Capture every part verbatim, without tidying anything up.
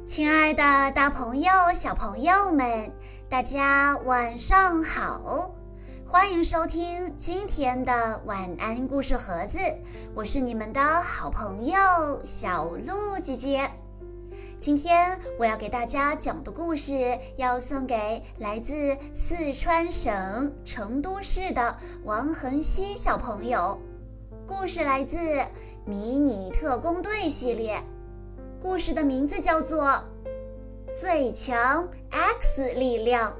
亲爱的大朋友小朋友们，大家晚上好，欢迎收听今天的晚安故事盒子，我是你们的好朋友小鹿姐姐。今天我要给大家讲的故事要送给来自四川省成都市的王恒熙小朋友，故事来自迷你特工队系列，故事的名字叫做最强 X 力量。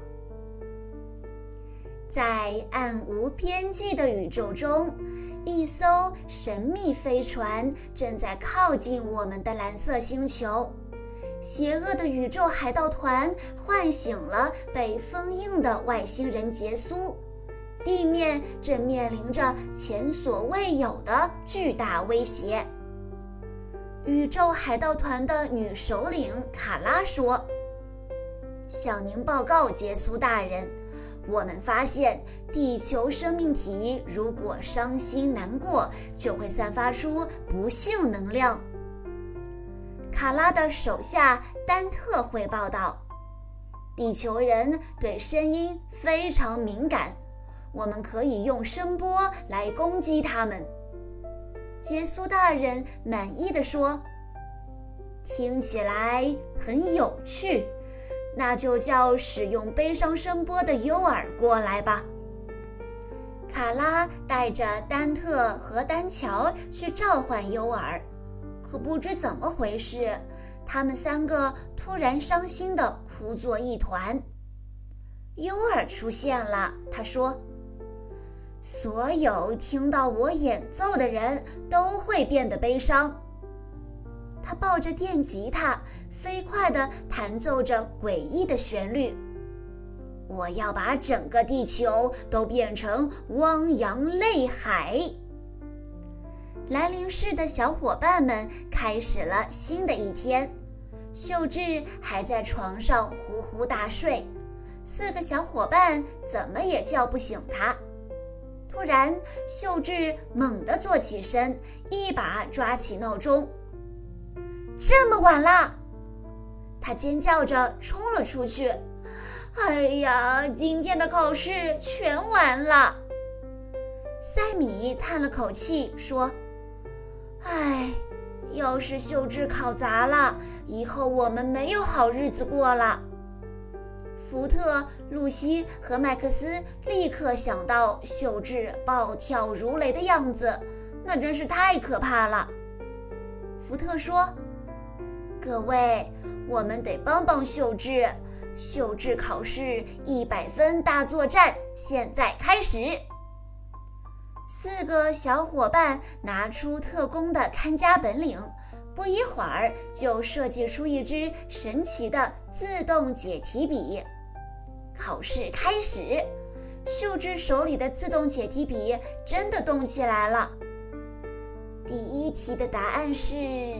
在暗无边际的宇宙中，一艘神秘飞船正在靠近我们的蓝色星球。邪恶的宇宙海盗团唤醒了被封印的外星人杰苏，地面正面临着前所未有的巨大威胁。宇宙海盗团的女首领卡拉说：向您报告杰苏大人，我们发现地球生命体如果伤心难过，就会散发出不幸能量。卡拉的手下丹特汇报道：地球人对声音非常敏感，我们可以用声波来攻击他们。杰苏大人满意地说：听起来很有趣，那就叫使用悲伤声波的尤尔过来吧。卡拉带着丹特和丹乔去召唤尤尔，可不知怎么回事，他们三个突然伤心地哭作一团。尤尔出现了，他说：所有听到我演奏的人都会变得悲伤。他抱着电吉他，飞快地弹奏着诡异的旋律。我要把整个地球都变成汪洋泪海。兰陵市的小伙伴们开始了新的一天。秀智还在床上呼呼大睡，四个小伙伴怎么也叫不醒他。突然，秀智猛地坐起身，一把抓起闹钟。这么晚了，他尖叫着冲了出去。哎呀，今天的考试全完了。塞米叹了口气说：哎，要是秀智考砸了，以后我们没有好日子过了。福特、露西和麦克斯立刻想到秀智暴跳如雷的样子，那真是太可怕了。福特说：各位，我们得帮帮秀智，秀智考试一百分大作战现在开始。四个小伙伴拿出特工的看家本领，不一会儿就设计出一支神奇的自动解题笔。考试开始，秀智手里的自动解题笔真的动起来了。第一题的答案是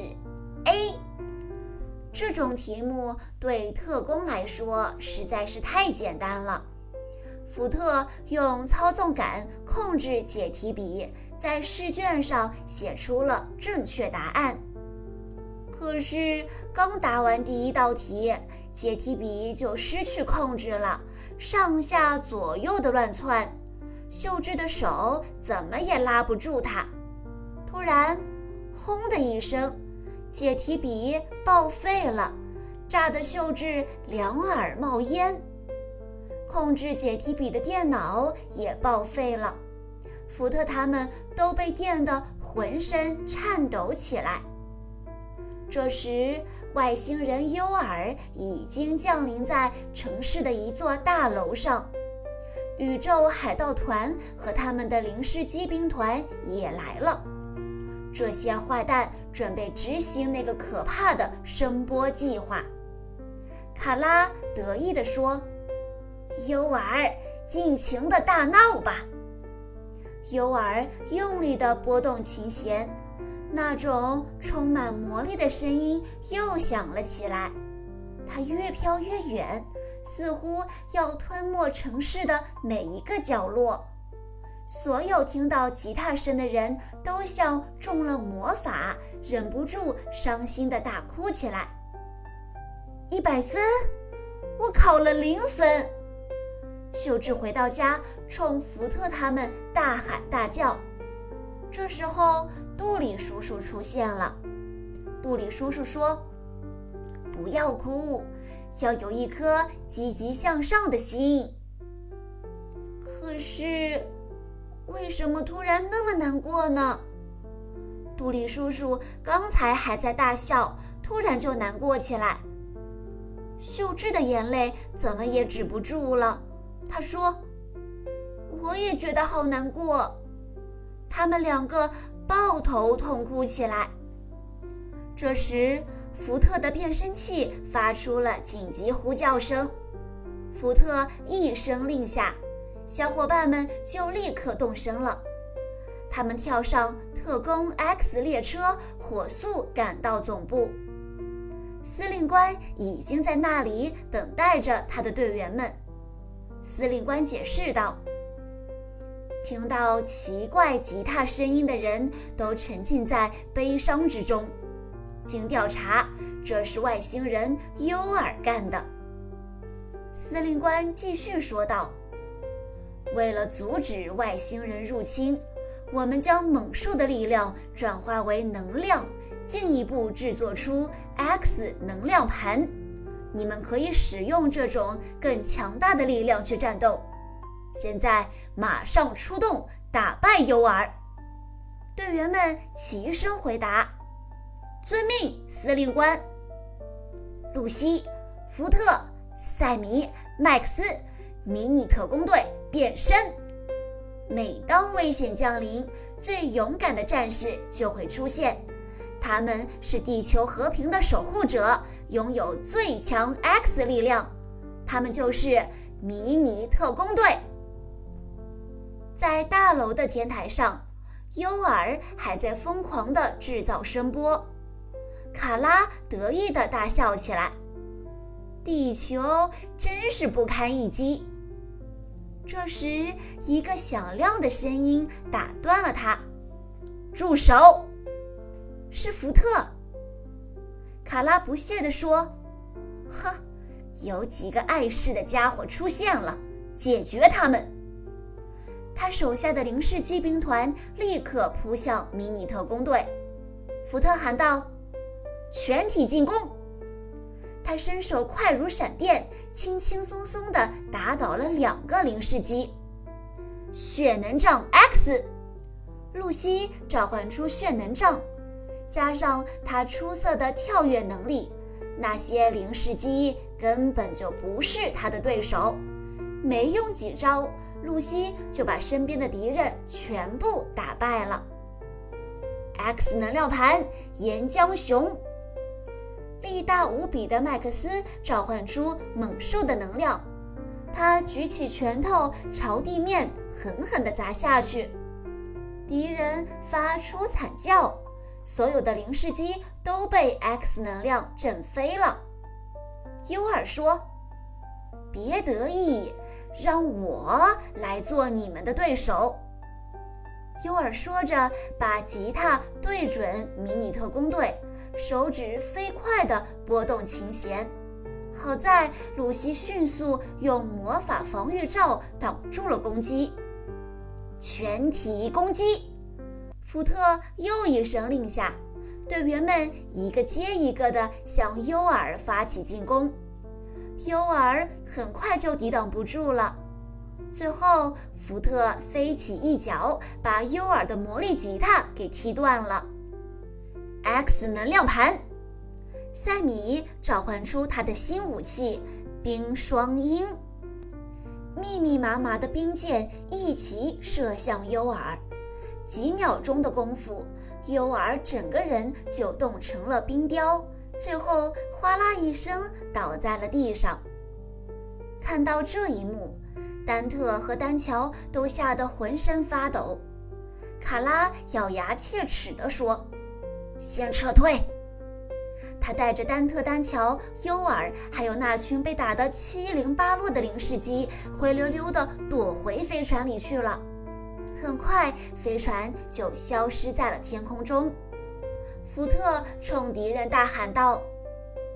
A。这种题目对特工来说实在是太简单了。福特用操纵杆控制解题笔，在试卷上写出了正确答案。可是刚答完第一道题，解题笔就失去控制了，上下左右的乱窜，秀智的手怎么也拉不住它。突然，轰的一声，解题笔报废了，炸得秀智两耳冒烟。控制解题笔的电脑也报废了，福特他们都被电得浑身颤抖起来。这时，外星人尤尔已经降临在城市的一座大楼上，宇宙海盗团和他们的临时机兵团也来了。这些坏蛋准备执行那个可怕的声波计划。卡拉得意地说：尤尔，尽情地大闹吧。尤尔用力地拨动琴弦，那种充满魔力的声音又响了起来。它越飘越远，似乎要吞没城市的每一个角落。所有听到吉他声的人都像中了魔法，忍不住伤心地大哭起来。 一百分？我考了零分。秀智回到家，冲福特他们大喊大叫。这时候，杜里叔叔出现了。杜里叔叔说：“不要哭，要有一颗积极向上的心。”可是，为什么突然那么难过呢？杜里叔叔刚才还在大笑，突然就难过起来。秀智的眼泪怎么也止不住了。他说：“我也觉得好难过。”他们两个抱头痛哭起来。这时，福特的变声器发出了紧急呼叫声。福特一声令下，小伙伴们就立刻动身了。他们跳上特工 X 列车，火速赶到总部。司令官已经在那里等待着他的队员们。司令官解释道：“听到奇怪吉他声音的人都沉浸在悲伤之中。经调查，这是外星人尤尔干的。”司令官继续说道：“为了阻止外星人入侵，我们将猛兽的力量转化为能量，进一步制作出 X 能量盘。你们可以使用这种更强大的力量去战斗。现在马上出动，打败尤尔！”队员们齐声回答：“遵命，司令官。”露西、福特、塞米、麦克斯，迷你特工队变身。每当危险降临，最勇敢的战士就会出现。他们是地球和平的守护者，拥有最强 X 力量。他们就是迷你特工队。在大楼的天台上，尤尔还在疯狂地制造声波。卡拉得意地大笑起来。地球真是不堪一击。这时，一个响亮的声音打断了他：“住手！”是福特。卡拉不屑地说：“哼，有几个碍事的家伙出现了，解决他们。”他手下的零式机兵团立刻扑向迷你特工队。福特喊道：“全体进攻！”他身手快如闪电，轻轻松松地打倒了两个零式机。血能杖 X， 露西召唤出血能杖，加上他出色的跳跃能力，那些零式机根本就不是他的对手。没用几招，露西就把身边的敌人全部打败了。X 能量盘岩浆熊，力大无比的麦克斯召唤出猛兽的能量，他举起拳头朝地面狠狠地砸下去，敌人发出惨叫，所有的零式机都被 X 能量震飞了。尤尔说：“别得意，让我来做你们的对手。”尤尔说着，把吉他对准迷你特工队，手指飞快地拨动琴弦。好在露西迅速用魔法防御罩挡住了攻击。全体攻击！福特又一声令下，队员们一个接一个地向尤尔发起进攻。尤尔很快就抵挡不住了。最后，福特飞起一脚，把尤尔的魔力吉他给踢断了。X 能量盘，塞米召唤出他的新武器冰霜鹰，密密麻麻的冰箭一齐射向尤尔。几秒钟的功夫，尤尔整个人就冻成了冰雕，最后哗啦一声倒在了地上。看到这一幕，丹特和丹乔都吓得浑身发抖。卡拉咬牙切齿地说：“先撤退！”他带着丹特、丹乔、尤尔，还有那群被打得七零八落的零式机，灰溜溜地躲回飞船里去了。很快，飞船就消失在了天空中。福特冲敌人大喊道：“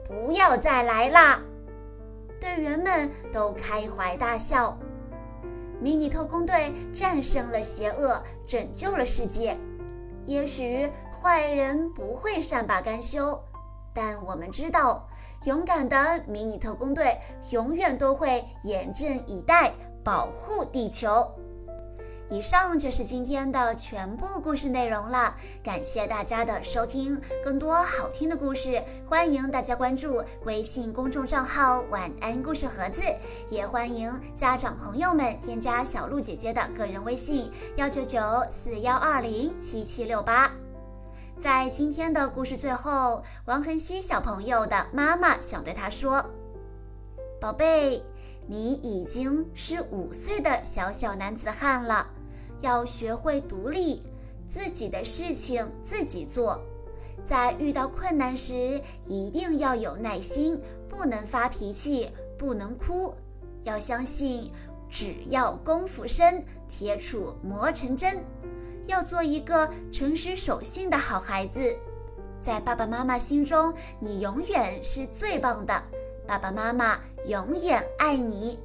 不要再来啦！队员们都开怀大笑。迷你特工队战胜了邪恶，拯救了世界。也许坏人不会善罢甘休，但我们知道，勇敢的迷你特工队永远都会严阵以待，保护地球。以上就是今天的全部故事内容了，感谢大家的收听。更多好听的故事，欢迎大家关注微信公众账号晚安故事盒子，也欢迎家长朋友们添加小鹿姐姐的个人微信幺九九四幺二零七七六八。在今天的故事最后，王恒熙小朋友的妈妈想对他说，宝贝，你已经是五岁的小小男子汉了，要学会独立，自己的事情自己做。在遇到困难时，一定要有耐心，不能发脾气，不能哭。要相信，只要功夫深，铁杵磨成针。要做一个诚实守信的好孩子。在爸爸妈妈心中，你永远是最棒的。爸爸妈妈永远爱你。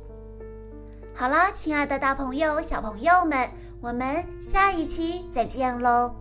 好啦，亲爱的大朋友、小朋友们，我们下一期再见喽。